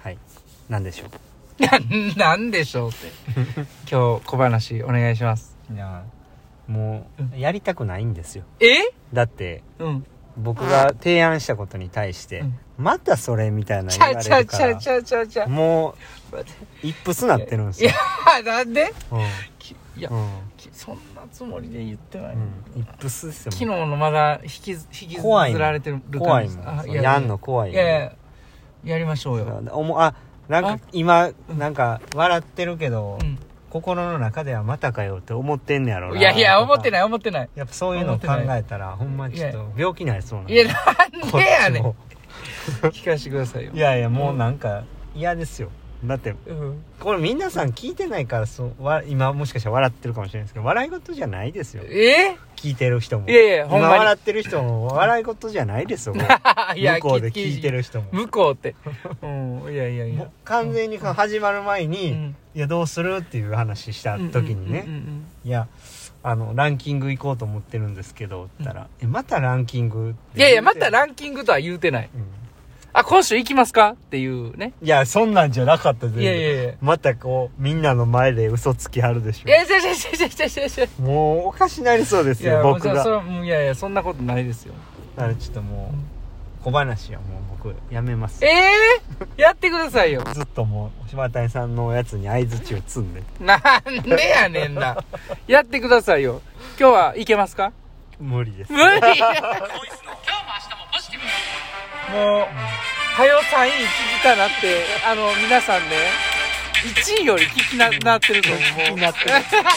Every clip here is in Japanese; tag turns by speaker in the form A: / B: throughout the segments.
A: はい。なんでしょう。
B: なんでしょうって今日小話お願いします。
A: いやもうやりたくないんですよ。だって僕が提案したことに対して、またそれみたいな言われるからもうイップスなってるんですよ。
B: いやなんで、いや、そんなつもりで言ってない、
A: イップスですよ。
B: 昨日のまだ引きずられてる
A: 怖いもん。やんの怖い。
B: いややりましょうよ。
A: なんか今なんか笑ってるけど、心の中ではまたかよって思ってんねやろな。
B: いや思ってない。
A: やっぱそういうのを考えたらほんまちょっと病気になりそうな。
B: いやなんでやねん聞かせてくださいよ。
A: いやもうなんか嫌ですよ。だって、これ皆さん聞いてないから今もしかしたら笑ってるかもしれないですけど、笑い事じゃないですよ。聞いてる人も。
B: いやほんまに
A: 今笑ってる人も笑い事じゃないですよ。向こうで聞いてる人も。
B: 向こうっていや
A: 完全に始まる前に、いやどうするっていう話した時にね、いやランキング行こうと思ってるんですけどって言ったら、またランキングって。
B: いやまたランキングとは言うてない。今週行きますかっていうね。
A: いやそんなんじゃなかった
B: 全然。いや
A: またこうみんなの前で嘘つきはるでしょ。
B: いや
A: もうおかしなりそうですよ僕が。
B: いやそんなことないですよ。
A: だからちょっともう小話はもう僕やめます。
B: やってくださいよ。
A: ずっともう柴谷さんのやつに相槌を積んで。
B: なんでやねんなやってくださいよ。今日は行けますか？
A: 無理です。
B: 無理もうはよ3位聞きたなって皆さんね1位より聞きなってると思う。
A: 聞きなって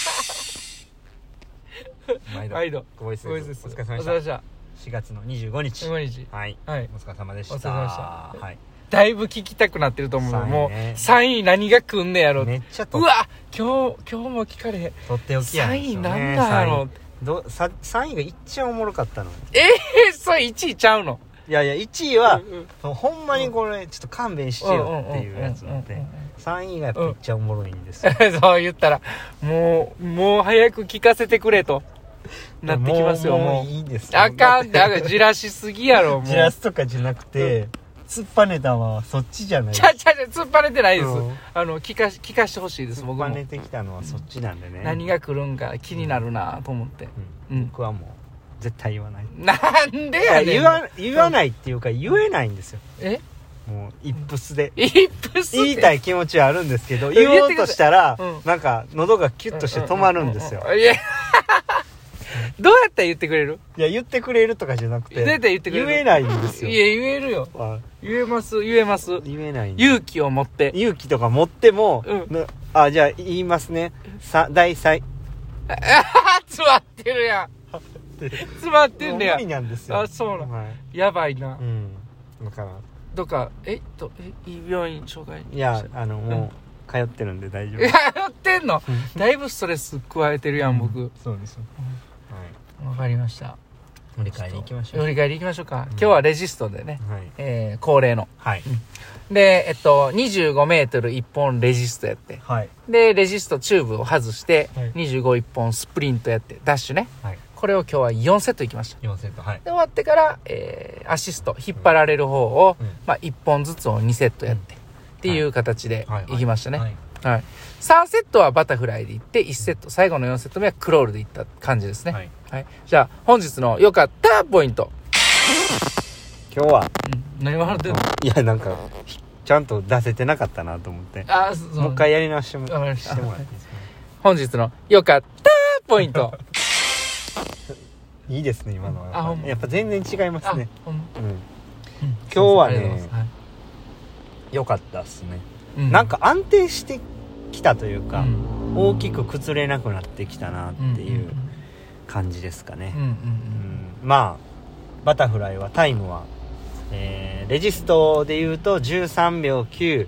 A: る
B: 毎度
A: ごいです。お疲れ様でした。4月の25日はい、お疲れ様でした。
B: はい、だいぶ聞きたくなってると思う。もう3位何が来んねやろ。
A: めっちゃ
B: うわ今日も聞かれへん。
A: とっておきやねん。
B: 3位なんだやろ。
A: 3位がいっちゃおもろかったの。
B: それ1位ちゃうの？
A: いや1位は、ほんまにこれちょっと勘弁してよっていうやつなんで、3位がやっぱめっちゃおもろいんですよ。
B: そう言ったらもう早く聞かせてくれとなってきますよ。
A: もういいですよ。
B: あかんってじらしすぎやろ。もう
A: じらすとかじゃなくて、突っぱねたはそっちじゃない。
B: 突っぱねてないです。聞かしてほしいです。僕も
A: 突っぱねてきたのはそっちなんでね。
B: 何が来るんか気になるなと思って。
A: 僕はもう絶対言わない。
B: なんでやねん。
A: 言わないっていうか言えないんですよ。もうイップスで言いたい気持ちはあるんですけど、言おうとしたらなんか喉がキュッとして止まるんですよ。
B: どうやったら言ってくれる？
A: いや言ってくれるとかじゃなくて言えないんですよ。
B: いや言えるよ。言えます。言
A: えない。
B: 勇気を持って。
A: 勇気とか持っても、じゃあ言いますね。第3
B: 詰まってるやん。詰まってんねや。
A: 無理なんですよ。
B: そうなの。やばいな。
A: だから
B: どっか病院紹介。
A: いやもう通ってるんで大丈夫。
B: 通ってんの？だいぶストレス加えてるやん僕。
A: そうです。
B: わかりました。
A: 振り返り行きましょう。
B: か。今日はレジストでね、恒例の。で25メートル1本レジストやって、でレジストチューブを外して25、1本スプリントやってダッシュね。これを今日は4セットいきました。
A: 4セット。で
B: 終わってからアシスト引っ張られる方を1本ずつを2セットやってっていう形でいきましたね。3セットはバタフライでいって1セット最後の4セット目はクロールでいった感じですね。じゃあ本日の良かったポイント。
A: 今日は
B: 何笑ってんの？
A: いやなんかちゃんと出せてなかったなと思ってもう一回やり直してもらっていいですか？
B: 本日の良かったポイント
A: いいですね今のは。やっぱ全然違いますね。今日はね良かったっすね。なんか安定してきたというか、大きく崩れなくなってきたなっていう感じですかね。まあバタフライはタイムは、レジストでいうと13秒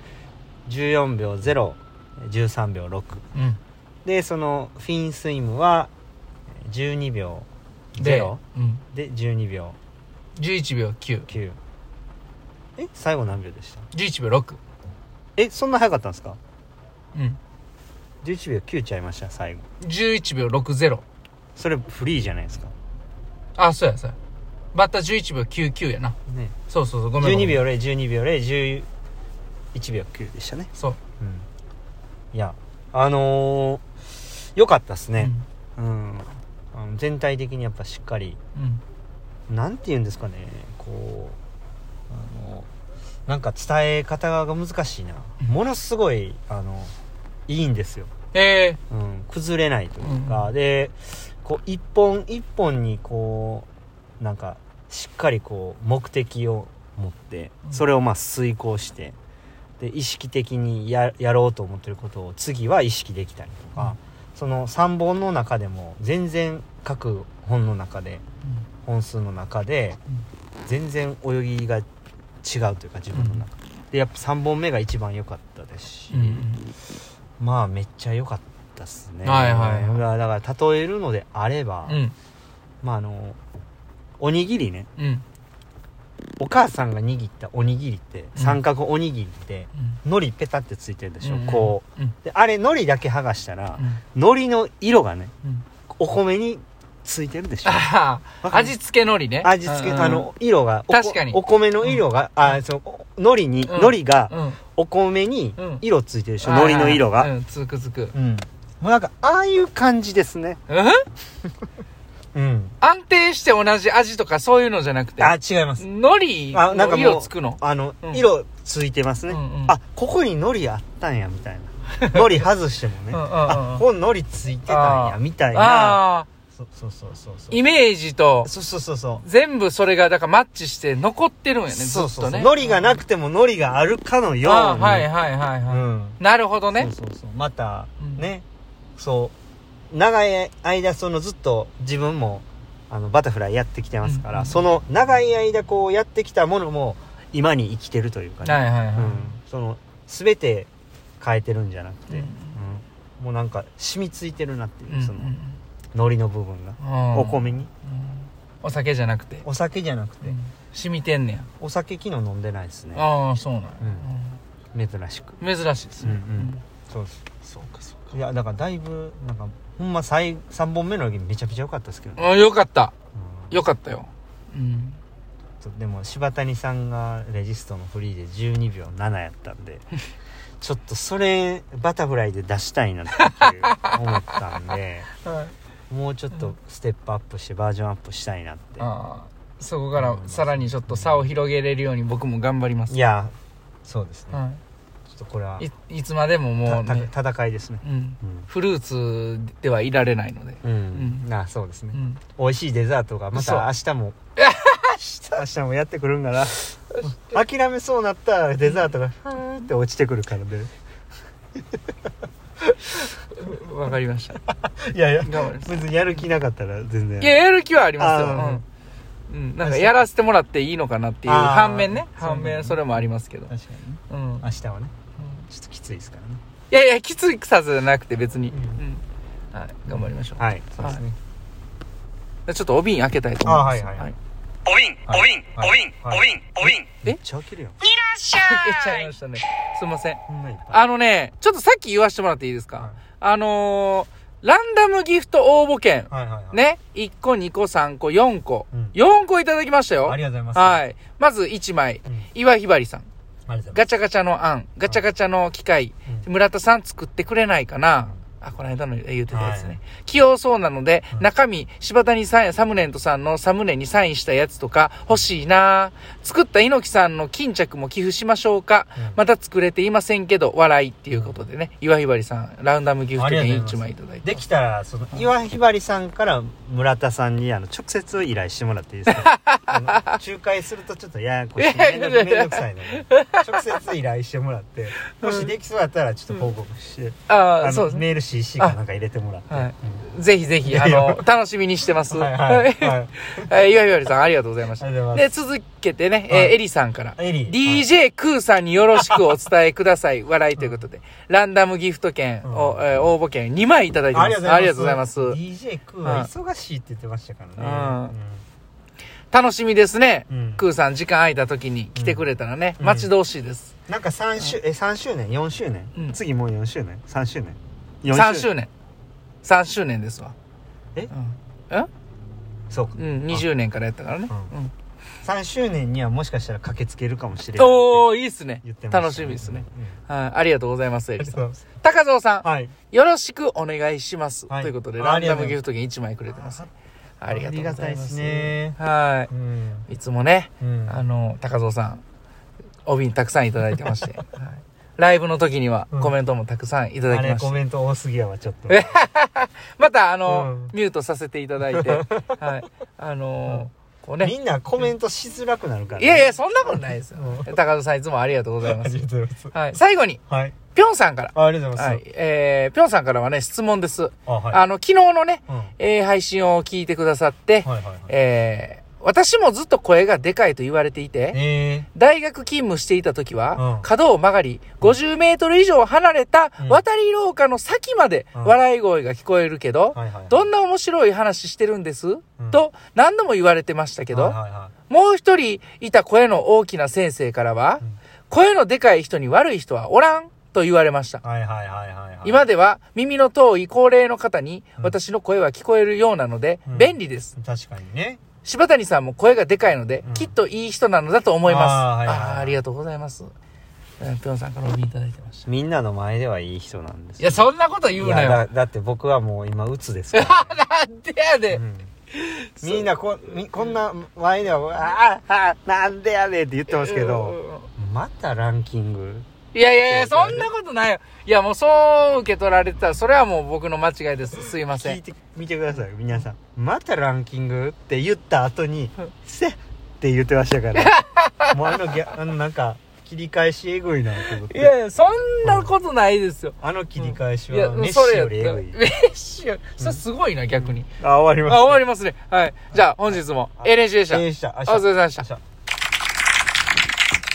A: 9、14秒0、13秒6、でそのフィンスイムは12秒0で12秒
B: 11秒9。
A: 最後何秒でした
B: ？11秒6。
A: そんな早かったんですか？11秒9ちゃいました最後。
B: 11秒60。
A: それフリーじゃないですか。
B: そうやバッター11秒99やな。そうごめん。
A: 12秒0、12秒0、 1秒9でしたね。
B: そう、
A: いや良かったですね。全体的にやっぱしっかり、なんて言うんですかね、こうなんか伝え方が難しいな、ものすごいいいんですよ。崩れないというか、でこう一本一本にこうなんかしっかりこう目的を持ってそれを遂行して、で意識的に やろうと思ってることを次は意識できたりとか、その3本の中でも全然各本の中で、本数の中で全然泳ぎが違うというか自分の中で、やっぱ3本目が一番良かったですし、めっちゃ良かったですね。だから例えるのであれば、おにぎりね、お母さんが握ったおにぎりって、三角おにぎりって海苔ペタってついてるでしょ、こうで、あれ海苔だけ剥がしたら、海苔の色がね、お米についてるでしょ。
B: 味付け海苔ね。
A: 味付け、色が
B: 確かに
A: お米の色が、海苔がお米に色ついてるでしょ、海苔の色が
B: つく
A: もうなんかああいう感じですね。
B: 安定して同じ味とかそういうのじゃなくて、
A: 違います。
B: 海苔の色つくの、
A: 色ついてますね。ここに海苔あったんやみたいな。海苔外してもね、ここに海苔ついてたんやみたいな。そう
B: イメージと全部それがだからマッチして残ってるんやね、ずっとね。
A: 海苔がなくても海苔があるかのように。
B: なるほどね。
A: またね、長い間ずっと自分もバタフライやってきてますから、その長い間こうやってきたものも今に生きてるというかね、全て変えてるんじゃなくて、もうなんか染みついてるなっていう、その海苔の部分がお米に、
B: お酒じゃなくて
A: 染
B: みてんねや。
A: お酒昨日飲んでないですね。
B: そうなん
A: や、珍しく
B: 珍しいですね。
A: そうかいやだからだいぶなんかほんま3本目の時めちゃくちゃ良かったですけど
B: ね。よかったよ。
A: でも柴谷さんがレジストのフリーで12秒7やったんでちょっとそれバタフライで出したいなって思ったんで、もうちょっとステップアップしてバージョンアップしたいなって、
B: そこからさらにちょっと差を広げれるように僕も頑張ります。
A: いやそうですね、ちょっとこれ
B: はいつまでももう、ね、
A: 戦いですね、
B: フルーツではいられないので、
A: そうですね、美味しいデザートがまた明日もやってくるんなら諦めそうなったらデザートがふーって落ちてくるからで
B: わかりました。
A: いや別にやる気なかったら全然。
B: いややる気はありますよ。なんかやらせてもらっていいのかなっていう反面それもありますけど。
A: 確かにね。明日はね、ちょっときついですからね。
B: いやきついさじゃなくて別に、頑張りましょう。
A: はい、そうですね。
B: ちょっとお瓶開けたいと思います。
C: お瓶
A: めっちゃ開けるよ。
C: いらっしゃい。
B: 開けちゃいましたね。すいません。ちょっとさっき言わせてもらっていいですか。ランダムギフト応募券、ね、1個2個3個4個、4個いただきましたよ。
A: ありがとうございます。
B: まず1枚、岩ひばりさん。ガチャガチャの案、ガチャガチャの機械、村田さん作ってくれないかな。この間の言ってたやつね。器用そうなので、中身、柴谷さんやサムネントさんのサムネにサインしたやつとか欲しいな。作った猪木さんの巾着も寄付しましょうか。また作れていませんけど、笑いっていうことでね、岩ひばりさん、ランダムギフト券1枚いただいて。
A: できたら、岩ひばりさんから村田さんに直接依頼してもらっていいですか。仲介するとちょっとややこしい。めんどくさいので、直接依頼してもらって、もしできそうだったらちょっと報告して、
B: そうですね。
A: メールCC かなんか入れてもらって、
B: ぜひぜひ楽しみにしてます。岩ひばりさんありがとうございました。で続けてね、エリさんから DJ クーさんによろしくお伝えください。笑いということでランダムギフト券を応募券2枚いただきます。ありがとうございます。
A: DJ クーは忙しいって言ってましたからね。
B: 楽しみですね。クーさん時間空いた時に来てくれたらね、待ち遠しいです。
A: なんか3周年4周年、次もう4周年3周年
B: 3周年ですわ。
A: そうか。
B: 20年からやったからね。
A: 3周年にはもしかしたら駆けつけるかもしれない。
B: おー、いいっすね。
A: 言ってましたね。
B: 楽しみですね。ありがとうございます、エリさん。
A: ありがとうございます。
B: 高蔵さん、
A: はい。
B: よろしくお願いします。
A: はい
B: ということで、
A: あ
B: ランダムギフト券1枚くれてます。ありがとうございます。
A: ね。
B: は
A: うん。
B: い。いつもね、
A: うん
B: 高蔵さん、お瓶たくさんいただいてまして、はい、ライブの時にはコメントもたくさんいただきました。
A: あれコメント多すぎやわ、ちょっと。
B: また、ミュートさせていただいて、はい。こうね。
A: みんなコメントしづらくなるから、ね。
B: いやいや、そんなことないですよ。高蔵さんいつもありがとうございます。
A: ありがとうございます。
B: はい。最後に、
A: はい。
B: ぴょんさんから。
A: ありがとうございます。
B: はい。ぴょんさんからはね、質問です。
A: はい。
B: 昨日のね、配信を聞いてくださって、
A: はいはいはい。
B: 私もずっと声がでかいと言われていて、大学勤務していた時は、角を曲がり、50メートル以上離れた渡り廊下の先まで笑い声が聞こえるけど、どんな面白い話してるんです、と何度も言われてましたけど、もう一人いた声の大きな先生からは、声のでかい人に悪い人はおらんと言われました。今では耳の遠い高齢の方に私の声は聞こえるようなので便利です。
A: 確かにね。
B: 柴谷さんも声がでかいので、きっといい人なのだと思います。ありがとうございます。ぴょんさんからお見いただいてました。
A: みんなの前ではいい人なんですよ。
B: いや、そんなこと言うなよ。
A: だって僕はもう今鬱ですから。
B: なんでやで、
A: みんなこんな前では、なんでやねんって言ってますけど、またランキング。
B: いや、そんなことないよ。いや、もうそう受け取られてたら、それはもう僕の間違いです。すいません。
A: 聞いてみてください、皆さん。またランキングって言った後に、せって言ってましたから。もうなんか、切り返しえぐいなと思って。
B: いや、そんなことないですよ。
A: 切り返しはメッシよりえぐい。
B: メッシより、それすごいな、逆に。
A: 終わります。
B: 終わりますね。はい。じゃあ、本日も NHK でした。
A: でした。
B: お疲れ様でした。